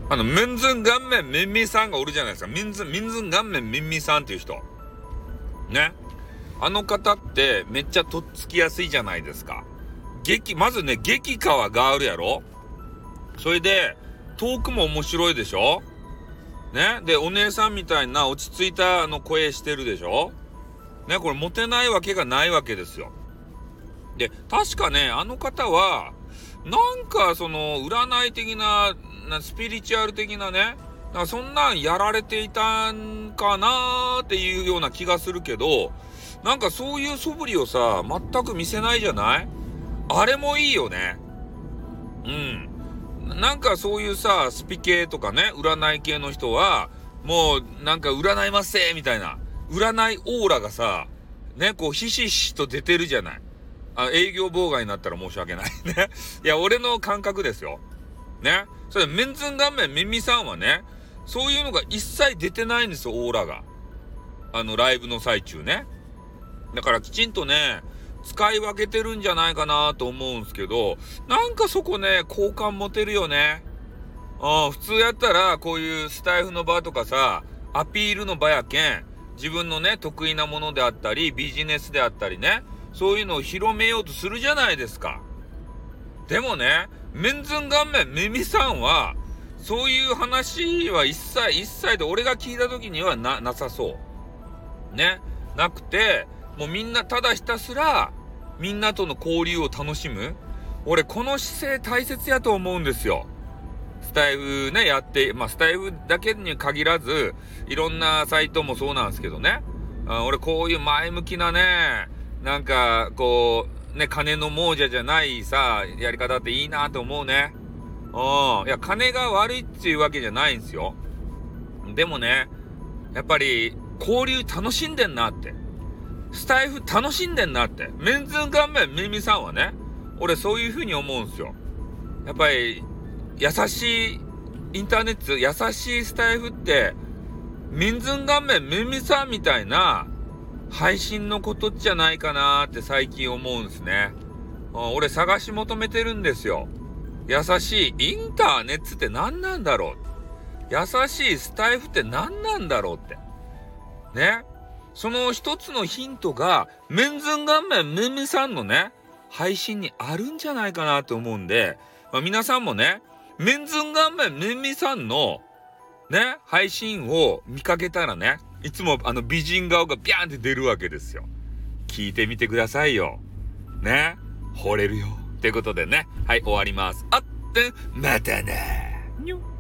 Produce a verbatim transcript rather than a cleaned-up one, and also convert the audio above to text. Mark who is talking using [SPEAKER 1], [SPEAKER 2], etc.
[SPEAKER 1] あの、メンズン顔面ミンミさんがおるじゃないですか。ミンズン、ミンズン顔面ミンミさんっていう人。ね。あの方ってめっちゃとっつきやすいじゃないですか。激、まずね、激川があるやろ。それで、トークも面白いでしょね。で、お姉さんみたいな落ち着いたあの声してるでしょね。これモテないわけがないわけですよ。で、確かね、あの方は、なんかその占い的な、なスピリチュアル的なね、なんかそんなんやられていたんかなーっていうような気がするけど、なんかそういう素振りをさ、全く見せないじゃない？あれもいいよね。うん。なんかそういうさ、スピ系とかね、占い系の人は、もうなんか占いますせーみたいな、占いオーラがさ、ね、こうひしひしと出てるじゃない。あ、営業妨害になったら申し訳ないね。いや、俺の感覚ですよ。ね。それメンズン顔面ミンミさんはね、そういうのが一切出てないんですよ、オーラが。あの、ライブの最中ね。だからきちんとね、使い分けてるんじゃないかなと思うんですけど、なんかそこね、好感持てるよね。うん、普通やったら、こういうスタイフの場とかさ、アピールの場やけん、自分のね、得意なものであったり、ビジネスであったりね、そういうのを広めようとするじゃないですか。でもね、メンズン顔面ミミさんは、そういう話は一切、一切で俺が聞いた時にはな、なさそう。ね。なくて、もうみんなただひたすら、みんなとの交流を楽しむ。俺、この姿勢大切やと思うんですよ。スタイフね、やって、まあ、スタイフだけに限らず、いろんなサイトもそうなんですけどね。あ、俺、こういう前向きなね、なんか、こう、ね、金の亡者じゃないさ、やり方っていいなと思うね。うん。いや、金が悪いっていうわけじゃないんですよ。でもね、やっぱり、交流楽しんでんなって。スタイフ楽しんでんなって。メンズン顔面ミミさんはね、俺そういう風に思うんですよ。やっぱり、優しい、インターネット、優しいスタイフって、メンズン顔面ミミさんみたいな、配信のことじゃないかなーって最近思うんですね。俺探し求めてるんですよ。優しいインターネットって何なんだろう。優しいスタイフって何なんだろうって。ね。その一つのヒントが、メンズン顔面ミミさんのね、配信にあるんじゃないかなと思うんで、まあ、皆さんもね、メンズン顔面ミミさんのね、配信を見かけたらね、いつもあの美人顔がビャーンって出るわけですよ。聞いてみてくださいよ。ね。惚れるよ。ということでね、はい、終わります。あって、またね。にょ。